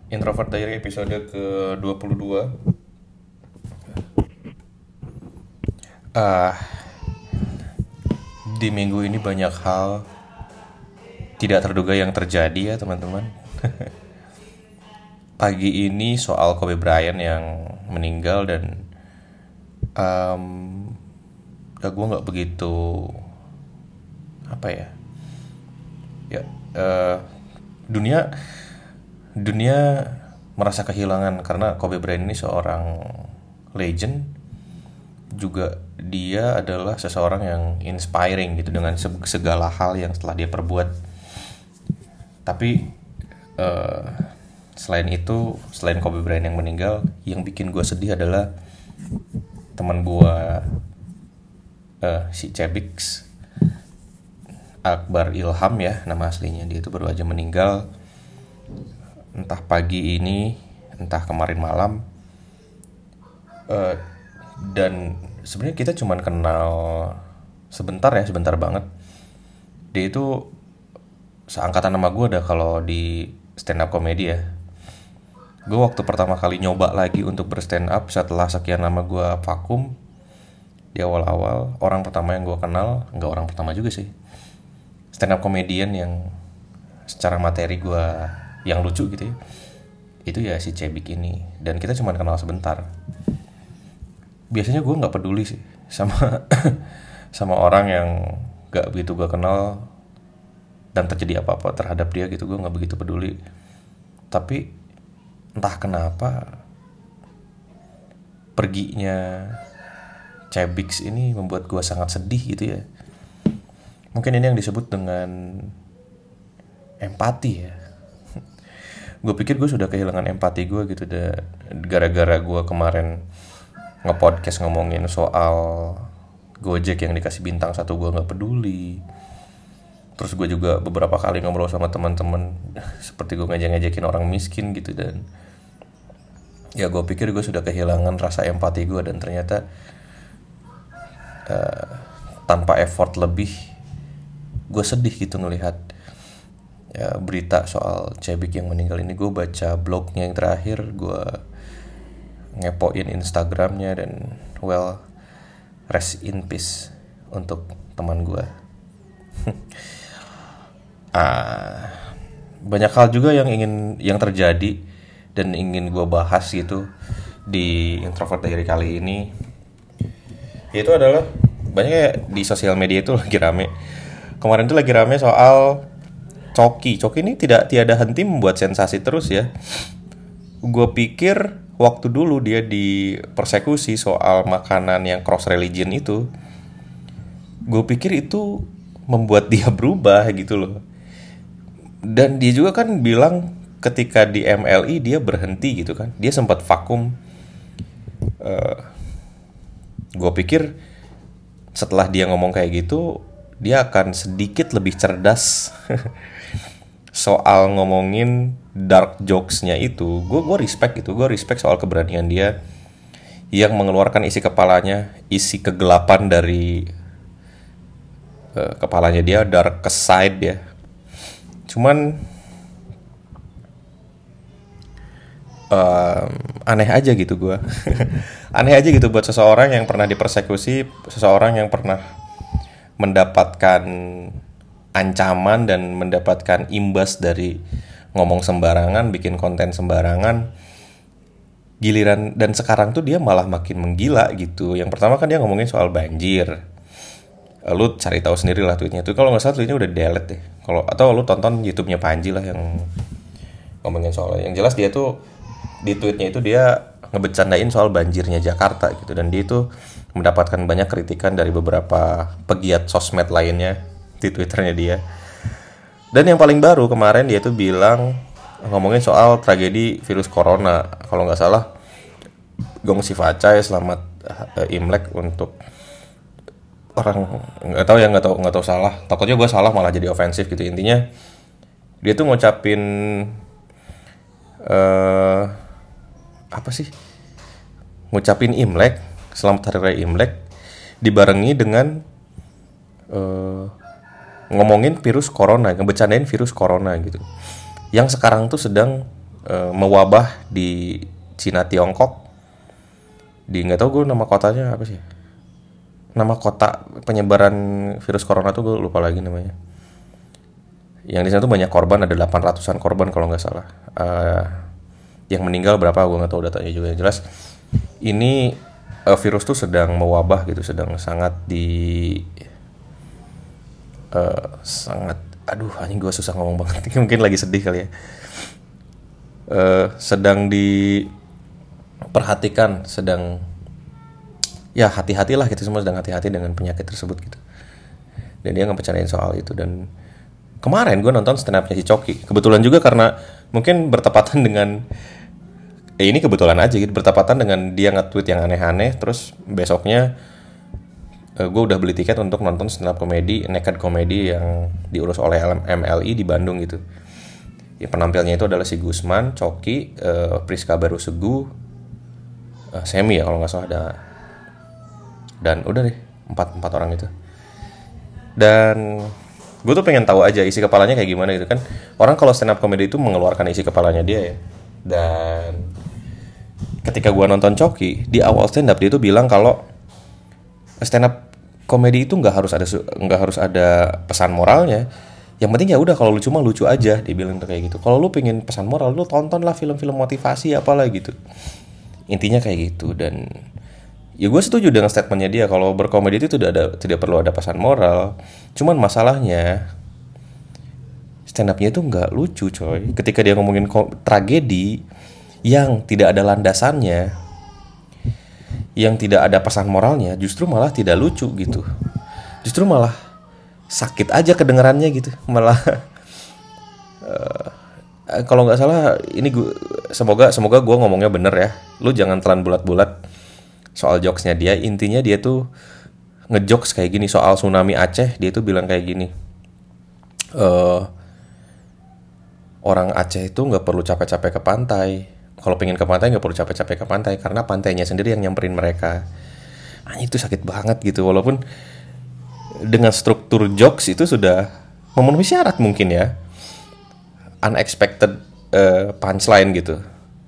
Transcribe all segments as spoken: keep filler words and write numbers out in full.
Introvert Diary episode ke dua puluh dua. Ah, di minggu ini banyak hal tidak terduga yang terjadi ya teman-teman. Pagi ini soal Kobe Bryant yang meninggal dan um, ya gue nggak begitu apa ya ya uh, dunia dunia merasa kehilangan karena Kobe Bryant ini seorang legend, juga dia adalah seseorang yang inspiring gitu dengan segala hal yang telah dia perbuat. Tapi uh, selain itu, selain Kobe Bryant yang meninggal, yang bikin gue sedih adalah teman gue uh, si Cebix Akbar Ilham ya nama aslinya. Dia itu baru aja meninggal entah pagi ini entah kemarin malam. uh, dan sebenarnya kita cuman kenal sebentar ya sebentar banget. Dia itu seangkatan sama gue dah kalau di stand up comedy ya. Gue waktu pertama kali nyoba lagi untuk berstand up setelah sekian lama gue vakum di awal-awal, orang pertama yang gue kenal, enggak orang pertama juga sih, stand up comedian yang secara materi gue yang lucu gitu ya, itu ya si Cebik ini. Dan kita cuma kenal sebentar. Biasanya gue nggak peduli sih sama sama orang yang nggak begitu gue kenal dan terjadi apa-apa terhadap dia gitu, gue nggak begitu peduli. Tapi entah kenapa perginya Cebik ini membuat gue sangat sedih gitu ya. Mungkin ini yang disebut dengan empati ya. Gue pikir gue sudah kehilangan empati gue gitu deh, gara-gara gue kemarin nge-podcast ngomongin soal Gojek yang dikasih bintang satu, gue nggak peduli. Terus gue juga beberapa kali ngobrol sama teman-teman seperti gue ngejek-ngejekin orang miskin gitu, dan ya gue pikir gue sudah kehilangan rasa empati gue. Dan ternyata uh, tanpa effort lebih, gue sedih gitu ngelihat ya berita soal Cebik yang meninggal ini. Gue baca blognya yang terakhir, gue ngepoin Instagramnya, dan well, rest in peace untuk teman gue. ah, banyak hal juga yang ingin yang terjadi dan ingin gue bahas gitu di Introvert Diary kali ini. Itu adalah banyaknya di sosial media itu lagi rame. Kemarin tuh lagi rame soal Coki. Coki ini tidak tiada henti membuat sensasi terus ya. Gue pikir waktu dulu dia dipersekusi soal makanan yang cross religion itu, gue pikir itu membuat dia berubah gitu loh. Dan dia juga kan bilang ketika di M L I dia berhenti gitu kan. Dia sempat vakum. uh, Gue pikir setelah dia ngomong kayak gitu, dia akan sedikit lebih cerdas soal ngomongin dark jokes-nya itu. Gue gue respect itu, gue respect soal keberanian dia yang mengeluarkan isi kepalanya, isi kegelapan dari uh, kepalanya dia, dark side ya. Cuman uh, aneh aja gitu gue. Aneh aja gitu buat seseorang yang pernah dipersekusi, seseorang yang pernah mendapatkan ancaman dan mendapatkan imbas dari ngomong sembarangan, bikin konten sembarangan. Giliran dan sekarang tuh dia malah makin menggila gitu. Yang pertama kan dia ngomongin soal banjir. Lu cari tahu sendiri lah tweetnya tuh. Kalau nggak salah tweetnya udah delete deh. Kalau atau lu tonton YouTube-nya Panji lah yang ngomongin soalnya. Yang jelas dia tuh di tweetnya itu dia ngebecandain soal banjirnya Jakarta gitu, dan dia itu mendapatkan banyak kritikan dari beberapa pegiat sosmed lainnya di Twitternya dia. Dan yang paling baru kemarin dia tuh bilang ngomongin soal tragedi virus corona. Kalau nggak salah Gong Sivaca ya, selamat uh, Imlek untuk orang, nggak tahu ya, nggak tahu nggak tahu salah. Takutnya gue salah malah jadi ofensif gitu. Intinya dia tuh ngucapin uh, apa sih? Ngucapin Imlek, selamat hari raya Imlek, dibarengi dengan uh, ngomongin virus corona, ngebecandain virus corona gitu. Yang sekarang tuh sedang uh, mewabah di Cina Tiongkok, di nggak tahu gue nama kotanya apa sih, nama kota penyebaran virus corona tuh gue lupa lagi namanya. Yang di sana tuh banyak korban, ada delapan ratusan korban kalau nggak salah. Uh, yang meninggal berapa gue nggak tahu datanya juga. Yang jelas ini uh, virus tuh sedang mewabah gitu, sedang sangat di uh, sangat aduh anjing gue susah ngomong banget. Mungkin lagi sedih kali ya. Uh, sedang diperhatikan, sedang ya hati-hatilah kita semua sedang hati-hati dengan penyakit tersebut gitu. Dan dia ngebicarain soal itu. Dan kemarin gue nonton stand up-nya si Coki. Kebetulan juga karena mungkin bertepatan dengan eh ini kebetulan aja gitu, bertepatan dengan dia nge-tweet yang aneh-aneh. Terus besoknya eh, gue udah beli tiket untuk nonton stand up komedi, naked comedy yang diurus oleh M L I di Bandung gitu. Ya, penampilnya itu adalah si Gusman, Coki, eh, Priska Barusegu, eh, Semi ya kalau nggak salah ada. Dan udah deh empat empat orang itu. Dan gue tuh pengen tahu aja isi kepalanya kayak gimana gitu kan. Orang kalau stand up comedy itu mengeluarkan isi kepalanya dia ya. Dan ketika gue nonton Coki di awal stand up dia tuh bilang kalau stand up comedy itu nggak harus ada nggak harus ada pesan moralnya. Yang penting ya udah kalau lucu mah lucu aja, dia bilang tuh kayak gitu. Kalau lu pengen pesan moral lu tontonlah film-film motivasi apalah gitu. Intinya kayak gitu. Dan ya gue setuju dengan statementnya dia kalau berkomedi itu tidak ada tidak perlu ada pesan moral. Cuman masalahnya stand up-nya itu nggak lucu coy. Ketika dia ngomongin ko- tragedi yang tidak ada landasannya, yang tidak ada pesan moralnya, justru malah tidak lucu gitu. Justru malah sakit aja kedengarannya gitu. Malah uh, kalau nggak salah ini gue semoga semoga gue ngomongnya bener ya. Lu jangan telan bulat-bulat soal jokesnya dia. Intinya dia tuh ngejokes kayak gini soal tsunami Aceh. Dia tuh bilang kayak gini, uh, orang Aceh itu nggak perlu capek-capek ke pantai. Kalau pengen ke pantai nggak perlu capek-capek ke pantai karena pantainya sendiri yang nyamperin mereka. Ah, itu sakit banget gitu. Walaupun dengan struktur jokes itu sudah memenuhi syarat mungkin ya, unexpected uh, punchline gitu.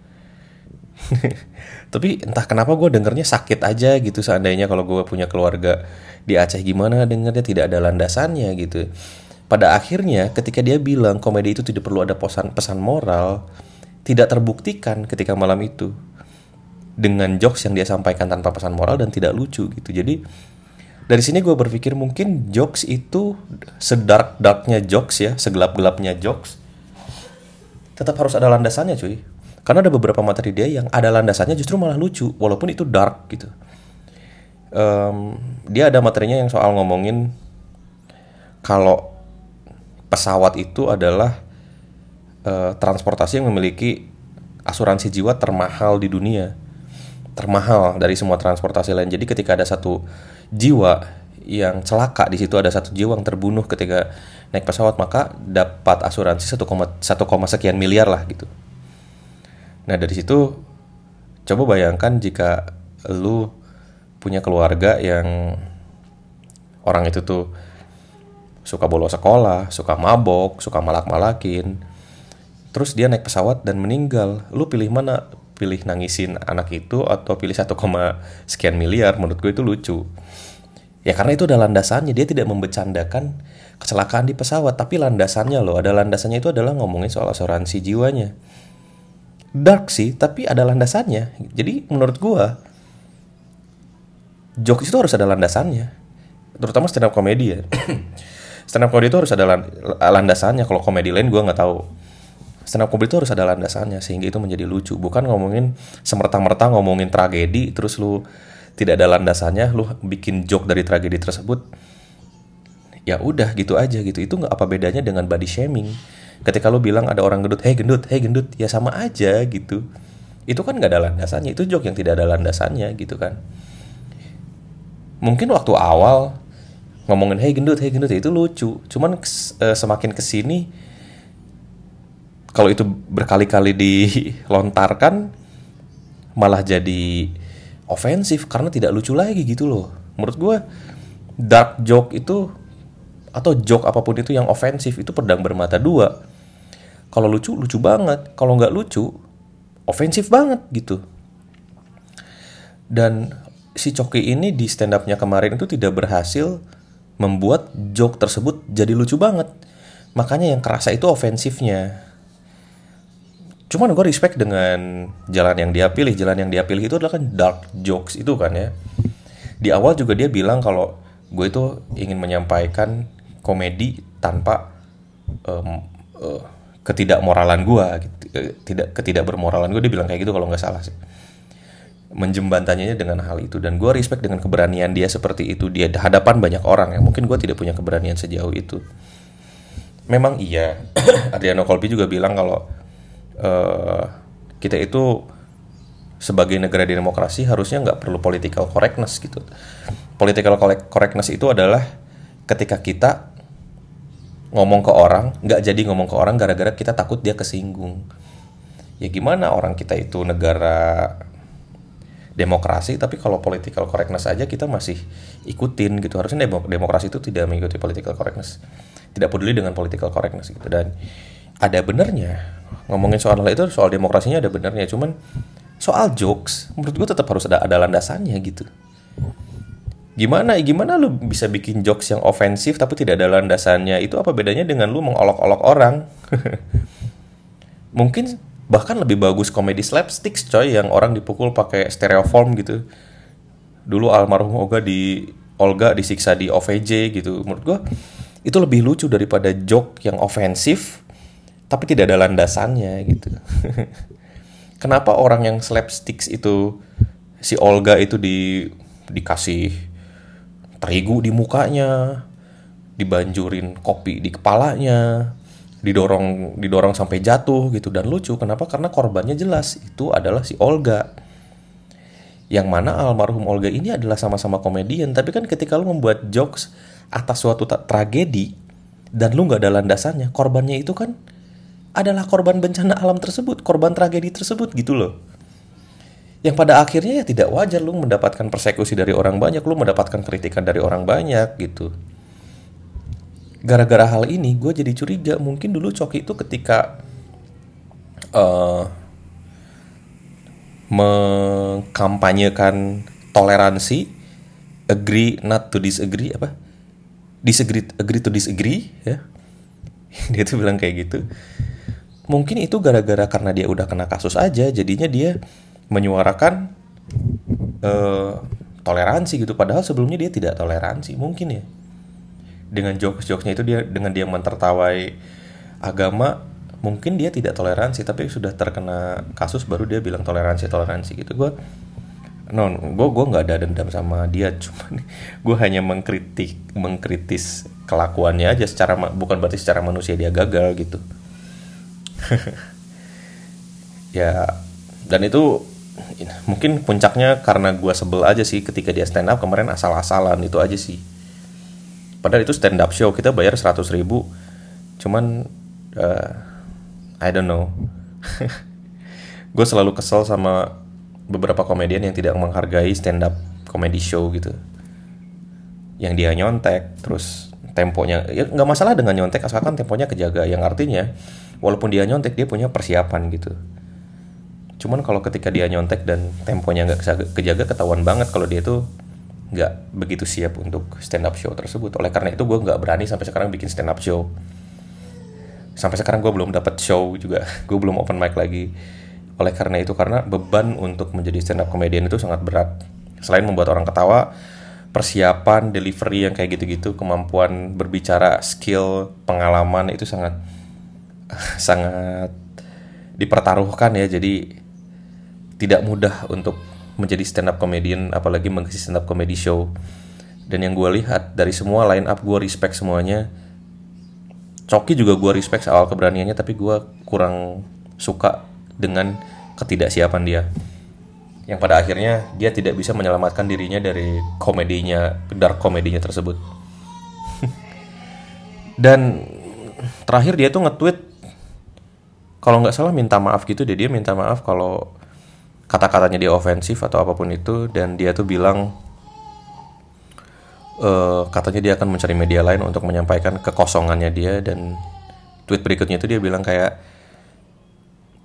Tapi entah kenapa gue dengernya sakit aja gitu. Seandainya kalau gue punya keluarga di Aceh gimana dengernya tidak ada landasannya gitu. Pada akhirnya ketika dia bilang komedi itu tidak perlu ada pesan, pesan moral, tidak terbuktikan ketika malam itu dengan jokes yang dia sampaikan tanpa pesan moral dan tidak lucu gitu. Jadi dari sini gue berpikir mungkin jokes itu sedark-darknya jokes ya, segelap-gelapnya jokes, tetap harus ada landasannya cuy. Karena ada beberapa materi dia yang ada landasannya justru malah lucu, walaupun itu dark gitu. Um, dia ada materinya yang soal ngomongin kalau pesawat itu adalah uh, transportasi yang memiliki asuransi jiwa termahal di dunia, termahal dari semua transportasi lain. Jadi ketika ada satu jiwa yang celaka di situ, ada satu jiwa yang terbunuh ketika naik pesawat, maka dapat asuransi satu koma satu sekian miliar lah gitu. Nah dari situ coba bayangkan jika lu punya keluarga yang orang itu tuh suka bolos sekolah, suka mabok, suka malak-malakin, terus dia naik pesawat dan meninggal, lu pilih mana? Pilih nangisin anak itu atau pilih satu, sekian miliar? Menurut gue itu lucu. Ya karena itu ada landasannya, dia tidak membecandakan kecelakaan di pesawat, tapi landasannya loh, ada landasannya itu adalah ngomongin soal asuransi jiwanya. Dark sih, tapi ada landasannya. Jadi menurut gua jokes itu harus ada landasannya, terutama stand up comedy ya. Stand up comedy itu harus ada landasannya. Kalau komedi lain gua nggak tahu. Stand up comedy itu harus ada landasannya sehingga itu menjadi lucu. Bukan ngomongin semerta-merta ngomongin tragedi terus lu tidak ada landasannya, lu bikin joke dari tragedi tersebut. Ya udah gitu aja gitu. Itu nggak apa bedanya dengan body shaming. Ketika lu bilang ada orang gendut, hey gendut, hey gendut, ya sama aja gitu. Itu kan gak ada landasannya, itu joke yang tidak ada landasannya gitu kan. Mungkin waktu awal ngomongin hey gendut, hey gendut itu lucu. Cuman uh, semakin kesini, kalau itu berkali-kali dilontarkan, malah jadi ofensif karena tidak lucu lagi gitu loh. Menurut gue dark joke itu atau joke apapun itu yang ofensif itu pedang bermata dua. Kalau lucu, lucu banget. Kalau nggak lucu, ofensif banget gitu. Dan si Coki ini di stand up-nya kemarin itu tidak berhasil membuat joke tersebut jadi lucu banget. Makanya yang kerasa itu ofensifnya. Cuman gue respect dengan jalan yang dia pilih. Jalan yang dia pilih itu adalah kan dark jokes itu kan ya. Di awal juga dia bilang kalau gue itu ingin menyampaikan komedi tanpa um, uh, ketidakmoralan gue, gitu. tidak ketidakbermoralan gue. Dia bilang kayak gitu kalau nggak salah sih. Menjembataninya dengan hal itu. Dan gue respect dengan keberanian dia seperti itu. Dia hadapan banyak orang yang mungkin gue tidak punya keberanian sejauh itu. Memang iya, Adriano Colby juga bilang kalau uh, kita itu sebagai negara demokrasi harusnya nggak perlu political correctness gitu. Political correctness itu adalah ketika kita ngomong ke orang, nggak jadi ngomong ke orang gara-gara kita takut dia kesinggung. Ya gimana orang kita itu negara demokrasi, tapi kalau political correctness aja kita masih ikutin gitu. Harusnya demok- demokrasi itu tidak mengikuti political correctness, tidak peduli dengan political correctness gitu. Dan ada benernya ngomongin soal hal itu, soal demokrasinya ada benernya. Cuman soal jokes, menurut gue tetap harus ada ada landasannya gitu. Gimana gimana lu bisa bikin jokes yang ofensif tapi tidak ada landasannya? Itu apa bedanya dengan lu mengolok-olok orang? Mungkin bahkan lebih bagus komedi slapstick coy, yang orang dipukul pakai styrofoam gitu. Dulu almarhum Olga di Olga disiksa di O V J gitu. Menurut gua itu lebih lucu daripada joke yang ofensif tapi tidak ada landasannya gitu. Kenapa orang yang slapsticks itu, si Olga itu di dikasih terigu di mukanya, dibanjurin kopi di kepalanya, didorong didorong sampai jatuh gitu, dan lucu. Kenapa? Karena korbannya jelas itu adalah si Olga. Yang mana almarhum Olga ini adalah sama-sama komedian, tapi kan ketika lu membuat jokes atas suatu ta- tragedi dan lu nggak ada landasannya, korbannya itu kan adalah korban bencana alam tersebut, korban tragedi tersebut gitu loh. Yang pada akhirnya ya tidak wajar lu mendapatkan persekusi dari orang banyak, lu mendapatkan kritikan dari orang banyak gitu. Gara-gara hal ini gue jadi curiga, mungkin dulu Coki itu ketika uh, mengkampanyekan toleransi, agree not to disagree, apa? Disagree, agree to disagree ya. Dia tuh bilang kayak gitu. Mungkin itu gara-gara karena dia udah kena kasus aja, jadinya dia menyuarakan uh, toleransi gitu. Padahal sebelumnya dia tidak toleransi mungkin ya. Dengan jokes-jokesnya itu dia, dengan dia mentertawai agama, mungkin dia tidak toleransi, tapi sudah terkena kasus baru dia bilang toleransi toleransi gitu. Gue no, gue gue nggak ada dendam sama dia, cuman gue hanya mengkritik mengkritis kelakuannya aja. Secara bukan berarti secara manusia dia gagal gitu. Ya, dan itu mungkin puncaknya karena gue sebel aja sih ketika dia stand up kemarin asal-asalan, itu aja sih. Padahal itu stand up show, kita bayar seratus ribu. Cuman uh, I don't know. Gue selalu kesel sama beberapa komedian yang tidak menghargai stand up comedy show gitu. Yang dia nyontek, terus temponya, ya gak masalah dengan nyontek asalkan temponya kejaga. Yang artinya walaupun dia nyontek, dia punya persiapan gitu. Cuman kalau ketika dia nyontek dan temponya gak kejaga, ketahuan banget kalau dia tuh gak begitu siap untuk stand up show tersebut. Oleh karena itu gue gak berani sampai sekarang bikin stand up show. Sampai sekarang gue belum dapat show juga. Gue belum open mic lagi. Oleh karena itu, karena beban untuk menjadi stand up comedian itu sangat berat. Selain membuat orang ketawa, persiapan, delivery yang kayak gitu-gitu, kemampuan berbicara, skill, pengalaman itu sangat sangat dipertaruhkan ya. Jadi tidak mudah untuk menjadi stand up comedian, apalagi mengisi stand up comedy show. Dan yang gue lihat dari semua line up, gue respect semuanya. Coki juga gue respect soal keberaniannya, tapi gue kurang suka dengan ketidaksiapan dia, yang pada akhirnya dia tidak bisa menyelamatkan dirinya dari komedinya, dark komedinya tersebut. Dan terakhir dia tuh nge-tweet, kalau nggak salah minta maaf gitu deh. Dia minta maaf kalau kata-katanya dia ofensif atau apapun itu, dan dia tuh bilang uh, katanya dia akan mencari media lain untuk menyampaikan kekosongannya dia. Dan tweet berikutnya itu dia bilang kayak,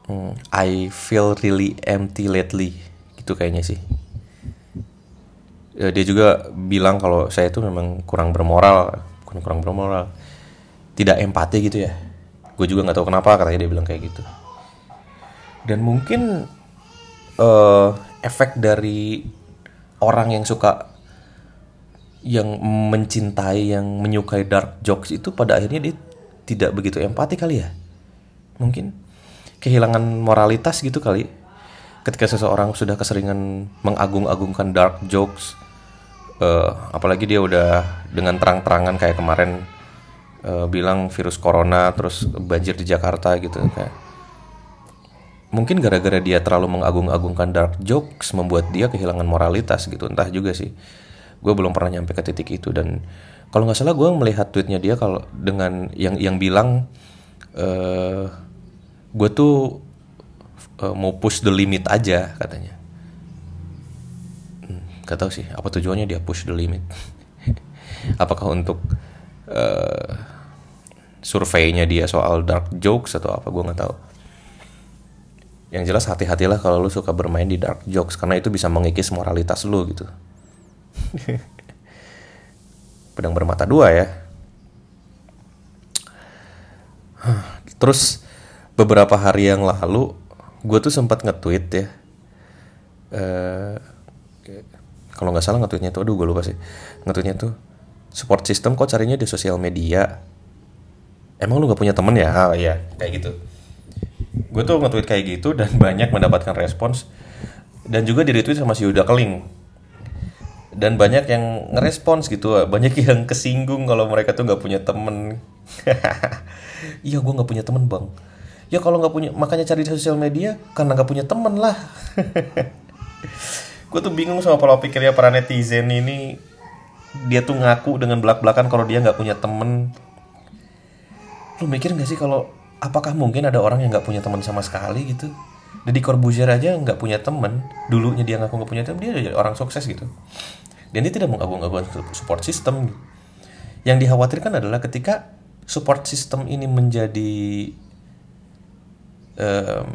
hmm, I feel really empty lately, gitu kayaknya sih. Ya, dia juga bilang kalau saya itu memang kurang bermoral, kurang kurang bermoral, tidak empati gitu ya. Gue juga nggak tahu kenapa katanya dia bilang kayak gitu. Dan mungkin uh, efek dari orang yang suka, yang mencintai, yang menyukai dark jokes itu pada akhirnya dia tidak begitu empati kali ya. Mungkin kehilangan moralitas gitu kali. Ketika seseorang sudah keseringan mengagung-agungkan dark jokes, uh, apalagi dia udah dengan terang-terangan kayak kemarin uh, bilang virus corona terus banjir di Jakarta gitu, kayak mungkin gara-gara dia terlalu mengagung-agungkan dark jokes membuat dia kehilangan moralitas gitu, entah juga sih. Gue belum pernah nyampe ke titik itu. Dan kalau nggak salah gue melihat tweetnya dia kalau dengan yang yang bilang uh, gue tuh uh, mau push the limit aja katanya. Hmm, gak tahu sih apa tujuannya dia push the limit. Apakah untuk uh, surveinya dia soal dark jokes atau apa, gue nggak tahu. Yang jelas hati-hatilah kalau lu suka bermain di dark jokes, karena itu bisa mengikis moralitas lu gitu. Pedang bermata dua ya. Terus beberapa hari yang lalu gue tuh sempat nge-tweet ya. Uh, kalau nggak salah nge-tweetnya tuh, aduh gue lupa sih. Nge-tweetnya tuh, support system kok carinya di sosial media. Emang lu nggak punya temen ya? Ah iya, kayak gitu. Gue tuh nge-tweet kayak gitu dan banyak mendapatkan respons. Dan juga di-retweet sama si Yuda Keling. Dan banyak yang ngerespons gitu, banyak yang kesinggung kalau mereka tuh nggak punya temen. Iya, gue nggak punya temen bang. Ya kalau nggak punya, makanya cari di sosial media karena nggak punya temen lah. Gue tuh bingung sama pola pikirnya para netizen ini. Dia tuh ngaku dengan belak-belakan kalau dia nggak punya temen. Lu mikir nggak sih kalau apakah mungkin ada orang yang nggak punya teman sama sekali gitu? Deddy Corbuzier aja nggak punya teman. Dulunya dia ngaku nggak punya teman, dia jadi orang sukses gitu. Dan dia tidak mengagung-agungkan support system. Yang dikhawatirkan adalah ketika support system ini menjadi um,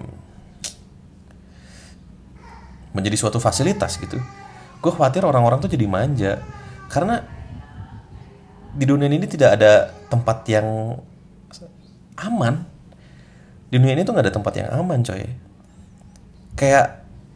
menjadi suatu fasilitas gitu. Gue khawatir orang-orang tuh jadi manja. Karena di dunia ini tidak ada tempat yang aman. Di dunia ini tuh gak ada tempat yang aman coy. Kayak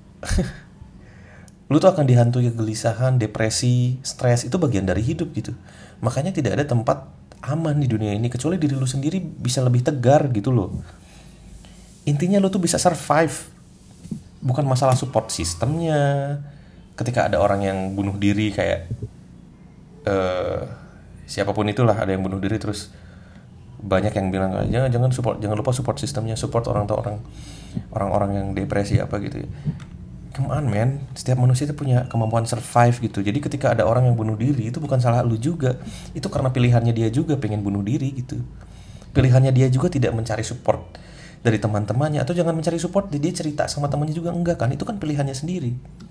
lu tuh akan dihantui kegelisahan, depresi, stres. Itu bagian dari hidup gitu. Makanya tidak ada tempat aman di dunia ini kecuali diri lu sendiri bisa lebih tegar gitu loh. Intinya lu tuh bisa survive. Bukan masalah support sistemnya. Ketika ada orang yang bunuh diri kayak uh, siapapun itulah, ada yang bunuh diri terus banyak yang bilang jangan jangan support, jangan lupa support sistemnya, support orang tua orang orang-orang yang depresi apa gitu ya. Come on man, setiap manusia itu punya kemampuan survive gitu. Jadi ketika ada orang yang bunuh diri, itu bukan salah lu juga. Itu karena pilihannya dia juga pengen bunuh diri gitu. Pilihannya dia juga tidak mencari support dari teman-temannya. Atau jangan mencari support, dia cerita sama temannya juga, enggak kan. Itu kan pilihannya sendiri.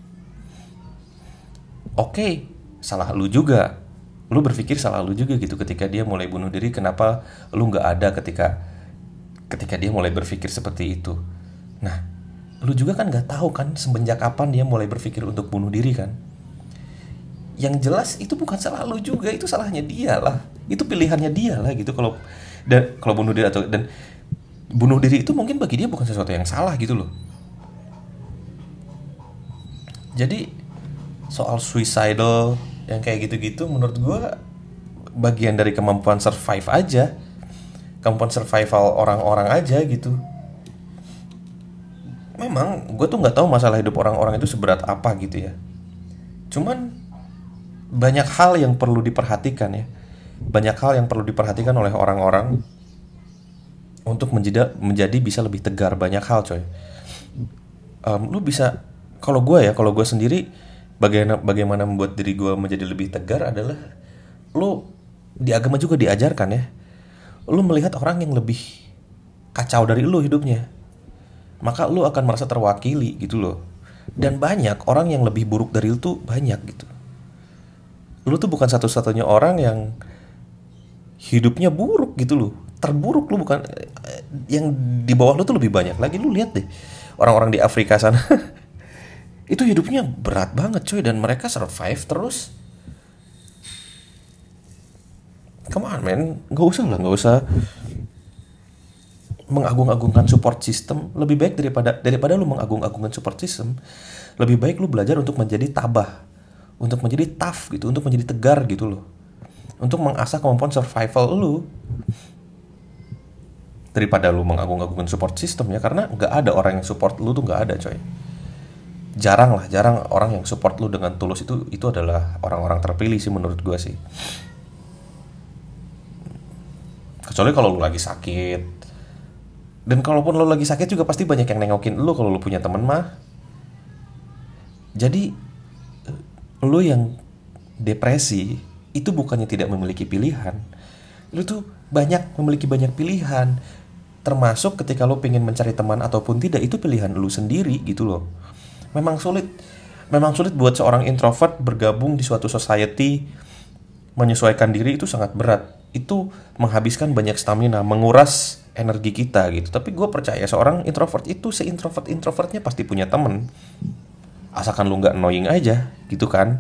Oke, salah lu juga. Lu berpikir salah lu juga gitu ketika dia mulai bunuh diri. Kenapa lu gak ada ketika Ketika dia mulai berpikir seperti itu. Nah, lu juga kan gak tahu kan semenjak kapan dia mulai berpikir untuk bunuh diri kan. Yang jelas itu bukan salah lu juga, itu salahnya dia lah. Itu pilihannya dia lah gitu. Kalau dan kalau bunuh diri atau dan bunuh diri itu mungkin bagi dia bukan sesuatu yang salah gitu loh. Jadi soal suicidal yang kayak gitu-gitu menurut gue bagian dari kemampuan survive aja. Kemampuan survival orang-orang aja gitu. Memang gue tuh gak tahu masalah hidup orang-orang itu seberat apa gitu ya. Cuman banyak hal yang perlu diperhatikan ya. Banyak hal yang perlu diperhatikan oleh orang-orang untuk menjadi, menjadi bisa lebih tegar. Banyak hal coy. um, Lu bisa, kalau gue ya, kalau gue sendiri, bagaimana, bagaimana membuat diri gue menjadi lebih tegar adalah lu di agama juga diajarkan ya. Lu melihat orang yang lebih kacau dari lu hidupnya, maka lu akan merasa terwakili gitu loh. Dan banyak orang yang lebih buruk dari lu tuh banyak gitu. Lu tuh bukan satu-satunya orang yang hidupnya buruk gitu loh. Terburuk lu bukan. yang di bawah lu tuh lebih banyak lagi. Lu lihat deh orang-orang di Afrika sana itu hidupnya berat banget cuy, dan mereka survive terus. Come on man, nggak usah lah, nggak usah mengagung-agungkan support system. Lebih baik daripada daripada lu mengagung-agungkan support system, lebih baik lu belajar untuk menjadi tabah, untuk menjadi tough gitu, untuk menjadi tegar gitu loh, untuk mengasah kemampuan survival lu, daripada lu mengagung-agungkan support system ya. Karena nggak ada orang yang support lu tuh, nggak ada coy. Jarang lah, jarang orang yang support lu dengan tulus. Itu itu adalah orang-orang terpilih sih menurut gue sih. Kecuali kalau lu lagi sakit. Dan kalaupun lu lagi sakit juga pasti banyak yang nengokin lu kalau lu punya temen mah. Jadi lu yang depresi itu bukannya tidak memiliki pilihan. Lu tuh banyak memiliki banyak pilihan. Termasuk ketika lu pengen mencari teman ataupun tidak, itu pilihan lu sendiri gitu loh. Memang sulit, memang sulit buat seorang introvert bergabung di suatu society, menyesuaikan diri itu sangat berat. Itu menghabiskan banyak stamina, menguras energi kita gitu. Tapi gue percaya seorang introvert itu se-introvert introvertnya pasti punya temen, asalkan lu nggak annoying aja gitu kan.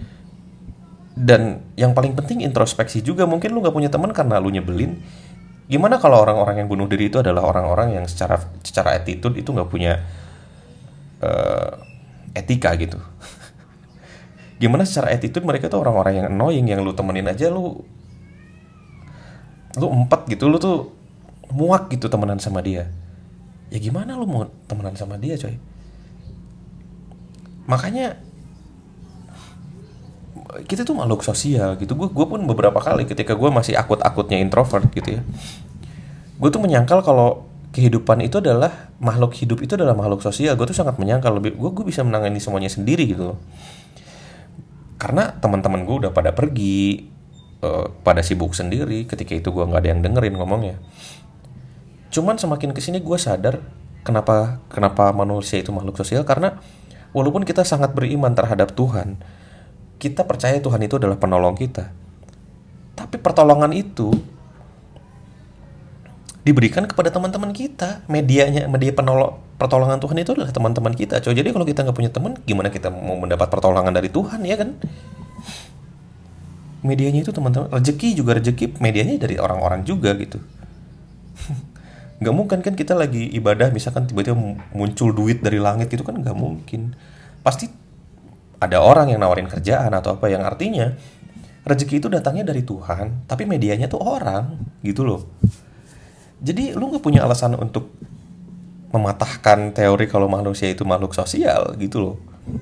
Dan yang paling penting introspeksi juga. Mungkin lu nggak punya teman karena lu nyebelin. Gimana kalau orang-orang yang bunuh diri itu adalah orang-orang yang secara secara attitude itu nggak punya Uh, etika gitu. Gimana secara attitude mereka tuh orang-orang yang annoying, yang lu temenin aja lu lu empat gitu, lu tuh muak gitu temenan sama dia. Ya gimana lu mau temenan sama dia coy? Makanya kita tuh makhluk sosial gitu. Gue gue pun beberapa kali ketika gue masih akut-akutnya introvert gitu ya, gue tuh menyangkal kalau kehidupan itu adalah makhluk hidup itu adalah makhluk sosial. Gue tuh sangat menyangkal lebih gue gue bisa menangani semuanya sendiri gitu loh. Karena teman-teman gue udah pada pergi, uh, pada sibuk sendiri. Ketika itu gue nggak ada yang dengerin ngomongnya. Cuman semakin kesini gue sadar kenapa kenapa manusia itu makhluk sosial. Karena walaupun kita sangat beriman terhadap Tuhan, kita percaya Tuhan itu adalah penolong kita, tapi pertolongan itu diberikan kepada teman-teman kita. Medianya, media penolong, pertolongan Tuhan itu adalah teman-teman kita. Coy, jadi kalau kita nggak punya teman, gimana kita mau mendapat pertolongan dari Tuhan ya kan? Medianya itu teman-teman. Rezeki juga rezeki, medianya dari orang-orang juga gitu. Nggak mungkin kan kita lagi ibadah, misalkan tiba-tiba muncul duit dari langit gitu kan, nggak mungkin. Pasti ada orang yang nawarin kerjaan atau apa, yang artinya rezeki itu datangnya dari Tuhan, tapi medianya tuh orang gitu loh. Jadi lu gak punya alasan untuk mematahkan teori kalau manusia itu makhluk sosial gitu loh.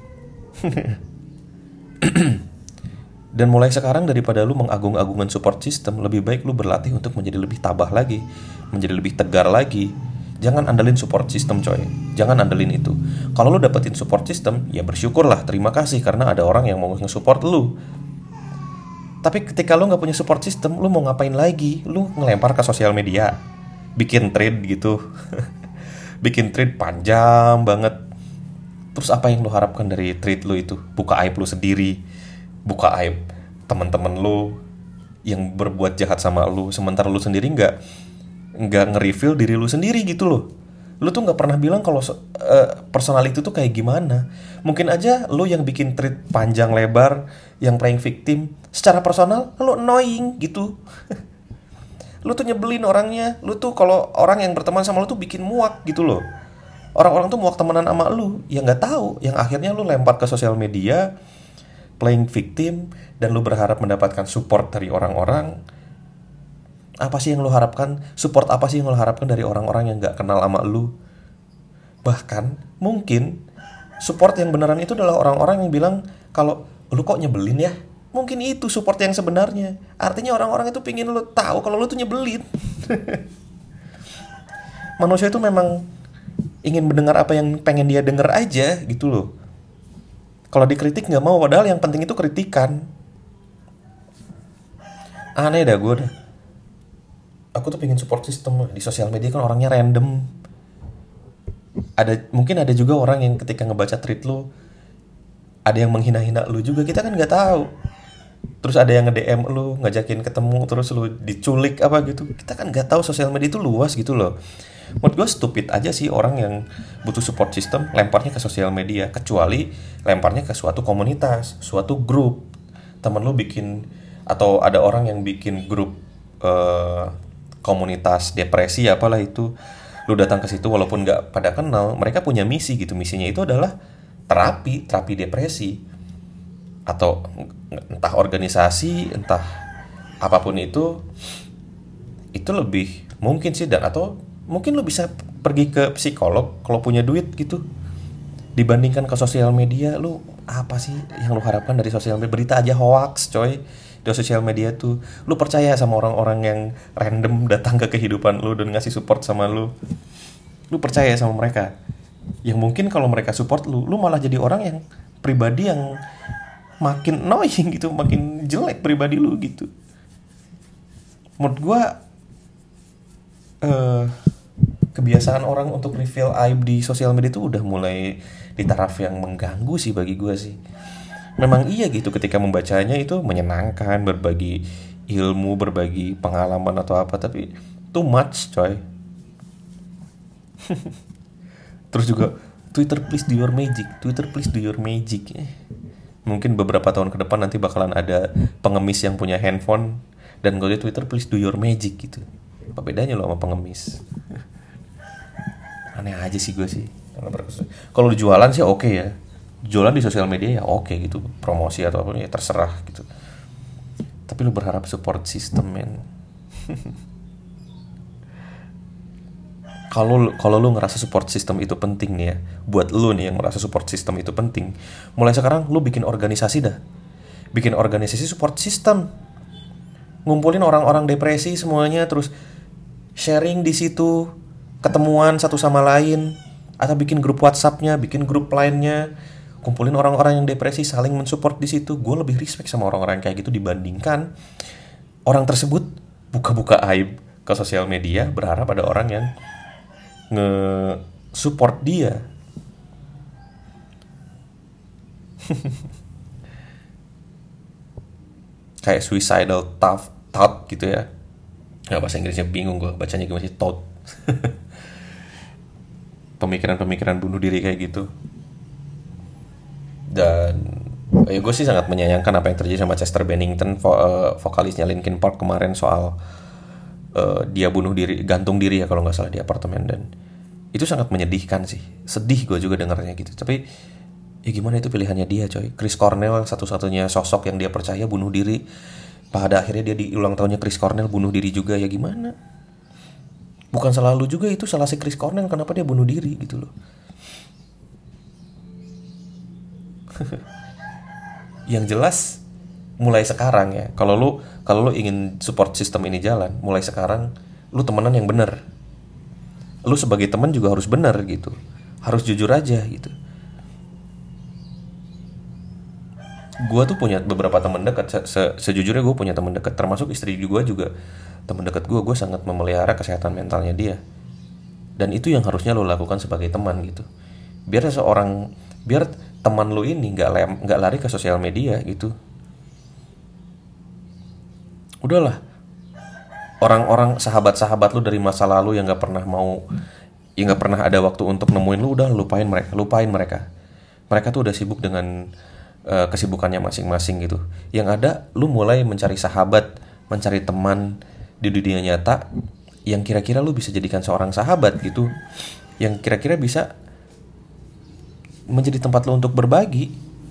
Dan mulai sekarang, daripada lu mengagung-agungkan support system, lebih baik lu berlatih untuk menjadi lebih tabah lagi, menjadi lebih tegar lagi. Jangan andelin support system coy, jangan andelin itu. Kalau lu dapetin support system, ya bersyukurlah, terima kasih karena ada orang yang mau nge-support lu. Tapi ketika lu gak punya support system, lu mau ngapain lagi? Lu ngelempar ke sosial media, bikin thread gitu. Bikin thread panjang banget. Terus apa yang lu harapkan dari thread lu itu? Buka aib lu sendiri, buka aib teman-teman lu yang berbuat jahat sama lu, sementara lu sendiri nggak nggak nge-reveal diri lu sendiri gitu loh. Lu tuh nggak pernah bilang kalau uh, personal itu tuh kayak gimana. Mungkin aja lu yang bikin thread panjang lebar, yang playing victim, secara personal lu annoying gitu. Lu tuh nyebelin orangnya. Lu tuh kalau orang yang berteman sama lu tuh bikin muak gitu loh. Orang-orang tuh muak temenan sama lu, ya nggak tahu. Yang akhirnya lu lempar ke sosial media, playing victim, dan lu berharap mendapatkan support dari orang-orang. Apa sih yang lu harapkan? Support apa sih yang lu harapkan dari orang-orang yang nggak kenal sama lu? Bahkan mungkin support yang beneran itu adalah orang-orang yang bilang kalau lu kok nyebelin ya. Mungkin itu support yang sebenarnya. Artinya orang-orang itu pingin lu tahu kalau lu tuh nyebelin. Manusia itu memang ingin mendengar apa yang pengen dia denger aja gitu loh. Kalau dikritik nggak mau, padahal yang penting itu kritikan. Aneh dah gue dah. Aku tuh pengen support system di sosial media kan orangnya random. Ada mungkin ada juga orang yang ketika ngebaca tweet lu, ada yang menghina-hina lu juga, kita kan nggak tahu. terus ada yang nge-D M lu, ngajakin ketemu, terus lu diculik apa gitu. Kita kan nggak tahu sosial media itu luas gitu loh. Menurut gue stupid aja sih orang yang butuh support system lemparnya ke sosial media, kecuali lemparnya ke suatu komunitas, suatu grup. Temen lu bikin, atau ada orang yang bikin grup eh, komunitas depresi apalah itu, lu datang ke situ walaupun nggak pada kenal, mereka punya misi gitu. Misinya itu adalah terapi, terapi depresi, atau entah organisasi, entah apapun itu. Itu lebih mungkin sih, dan atau mungkin lu bisa pergi ke psikolog kalau punya duit gitu, dibandingkan ke sosial media. Lu apa sih yang lu harapkan dari sosial media? Berita aja hoax coy di sosial media tuh. Lu percaya sama orang-orang yang random datang ke kehidupan lu dan ngasih support sama lu? Lu percaya sama mereka? Yang mungkin kalau mereka support lu, lu malah jadi orang yang pribadi yang makin annoying gitu, makin jelek pribadi lu gitu. Menurut gua eh, kebiasaan orang untuk reveal aib di sosial media itu udah mulai di taraf yang mengganggu sih bagi gua sih. Memang iya gitu, ketika membacanya itu menyenangkan, berbagi ilmu, berbagi pengalaman atau apa, tapi too much coy. Terus juga Twitter please do your magic, Twitter please do your magic. Eh, mungkin beberapa tahun ke depan nanti bakalan ada pengemis yang punya handphone dan gue di Twitter please do your magic gitu. Apa bedanya lo sama pengemis? Aneh aja sih gue sih. Kalau lu jualan sih oke okay ya, jualan di sosial media ya oke okay gitu, promosi atau apa ya terserah gitu. Tapi lu berharap support system men. Kalau kalau lu ngerasa support system itu penting nih ya, buat lu nih yang ngerasa support system itu penting, mulai sekarang lu bikin organisasi dah. Bikin organisasi support system. Ngumpulin orang-orang depresi semuanya, terus sharing di situ, ketemuan satu sama lain, atau bikin grup WhatsApp-nya, bikin grup lainnya, kumpulin orang-orang yang depresi, saling mensupport di situ. Gue lebih respect sama orang-orang kayak gitu dibandingkan orang tersebut buka-buka aib ke sosial media berharap ada orang yang nge-support dia. Kayak suicidal thought, thought gitu ya. Nggak, bahasa Inggrisnya bingung gue, bacanya gue masih thought. Pemikiran-pemikiran bunuh diri kayak gitu. Dan ya gue sih sangat menyayangkan apa yang terjadi sama Chester Bennington, vo- uh, vokalisnya Linkin Park kemarin, soal uh, dia bunuh diri, gantung diri ya kalau nggak salah di apartemen. Dan itu sangat menyedihkan sih, sedih gue juga dengarnya gitu. Tapi ya gimana, itu pilihannya dia coy. Chris Cornell satu-satunya sosok yang dia percaya bunuh diri, pada akhirnya dia di ulang tahunnya Chris Cornell bunuh diri juga. Ya gimana, bukan selalu juga itu salah si Chris Cornell kenapa dia bunuh diri gitu loh. Yang jelas mulai sekarang ya, kalau lu kalau lu ingin support system ini jalan, mulai sekarang lu temenan yang bener. Lu sebagai teman juga harus bener gitu, harus jujur aja gitu. Gue tuh punya beberapa teman dekat, se- se- sejujurnya gue punya teman dekat, termasuk istri gue juga teman dekat gue. Gue sangat memelihara kesehatan mentalnya dia, dan itu yang harusnya lo lakukan sebagai teman gitu. Biar seorang, biar teman lo ini nggak lem, nggak lari ke sosial media gitu. Udahlah, orang-orang sahabat-sahabat lo dari masa lalu yang nggak pernah mau, yang nggak pernah ada waktu untuk nemuin lo, udah lupain mereka, lupain mereka. Mereka tuh udah sibuk dengan uh, kesibukannya masing-masing gitu. Yang ada, lu mulai mencari sahabat, mencari teman di dunia nyata yang kira-kira lu bisa jadikan seorang sahabat gitu, yang kira-kira bisa menjadi tempat lu untuk berbagi.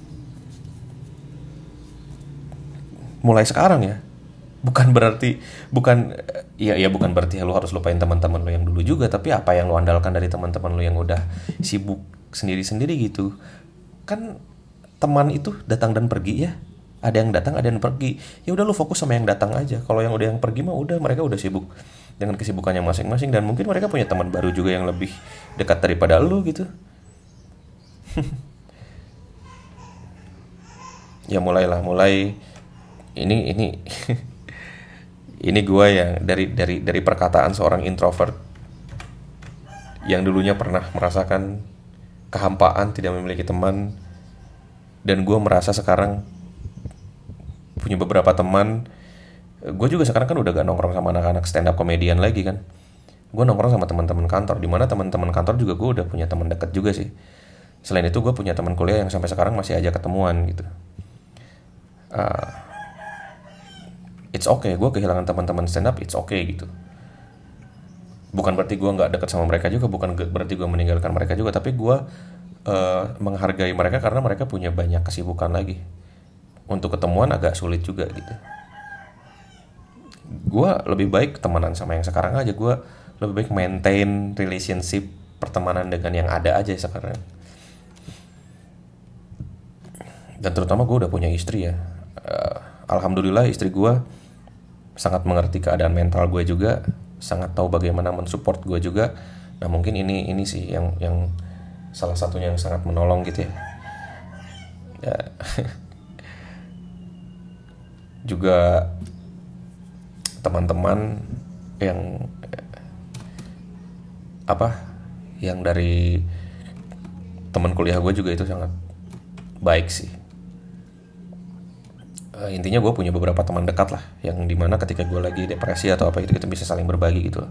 Mulai sekarang ya. Bukan berarti, bukan ya ya bukan berarti lu harus lupain teman-teman lu yang dulu juga, tapi apa yang lu andalkan dari teman-teman lu yang udah sibuk sendiri-sendiri gitu. Kan teman itu datang dan pergi ya. Ada yang datang, ada yang pergi. Ya udah lu fokus sama yang datang aja. Kalau yang udah yang pergi mah udah, mereka udah sibuk dengan kesibukannya masing-masing, dan mungkin mereka punya teman baru juga yang lebih dekat daripada lu gitu. Ya mulailah, mulai ini ini ini gue yang dari dari dari perkataan seorang introvert yang dulunya pernah merasakan kehampaan, tidak memiliki teman, dan gue merasa sekarang punya beberapa teman. Gue juga sekarang kan udah gak nongkrong sama anak-anak stand up comedian lagi kan. Gue nongkrong sama teman-teman kantor, dimana teman-teman kantor juga gue udah punya teman dekat juga sih. Selain itu gue punya teman kuliah yang sampai sekarang masih aja ketemuan gitu. uh, It's okay, gue kehilangan teman-teman stand up, it's okay gitu. Bukan berarti gue nggak dekat sama mereka juga, bukan berarti gue meninggalkan mereka juga, tapi gue uh, menghargai mereka karena mereka punya banyak kesibukan lagi. Untuk ketemuan agak sulit juga gitu. Gue lebih baik temenan sama yang sekarang aja. Gue lebih baik maintain relationship pertemanan dengan yang ada aja sekarang. Dan terutama gue udah punya istri ya. uh, Alhamdulillah istri gue sangat mengerti keadaan mental gue juga, sangat tahu bagaimana mensupport gue juga. Nah mungkin ini ini sih yang yang salah satunya yang sangat menolong gitu ya. Ya. Juga teman-teman yang apa yang dari teman kuliah gue juga itu sangat baik sih. Uh, intinya gue punya beberapa teman dekat lah, yang dimana ketika gue lagi depresi atau apa itu kita bisa saling berbagi gitu.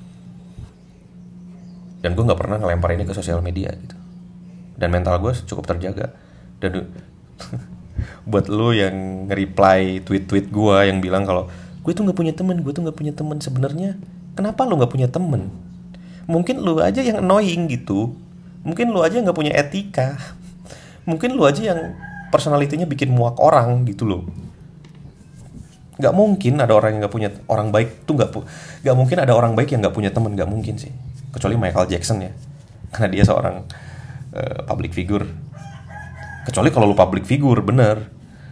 Dan gue nggak pernah ngelempar ini ke sosial media gitu. Dan mental gue cukup terjaga. Dan buat lo yang nge-reply tweet-tweet gue yang bilang kalau gue tuh nggak punya teman, gue tuh nggak punya teman, sebenarnya kenapa lo nggak punya teman? Mungkin lo aja yang annoying gitu, mungkin lo aja nggak punya etika, mungkin lo aja yang personalitinya bikin muak orang gitu loh. Nggak mungkin ada orang yang nggak punya, orang baik tuh nggak pu- nggak mungkin ada orang baik yang nggak punya teman, nggak mungkin sih, kecuali Michael Jackson ya, karena dia seorang uh, public figure. Kecuali kalau lu public figure bener.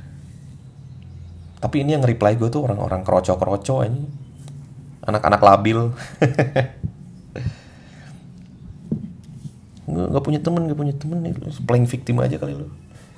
Tapi ini yang reply gue tuh orang-orang kroco-kroco ini, anak-anak labil. Nggak, nggak punya temen, nggak punya temen, playing victim aja kali lu.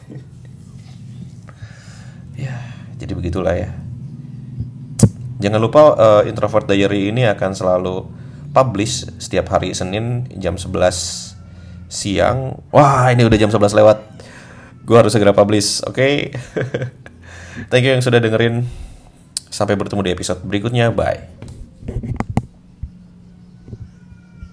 Ya, jadi begitulah ya. Jangan lupa uh, Introvert Diary ini akan selalu publish setiap hari Senin jam sebelas siang. Wah, ini udah jam sebelas lewat. Gue harus segera publish, oke? Okay? Thank you yang sudah dengerin. Sampai bertemu di episode berikutnya, bye.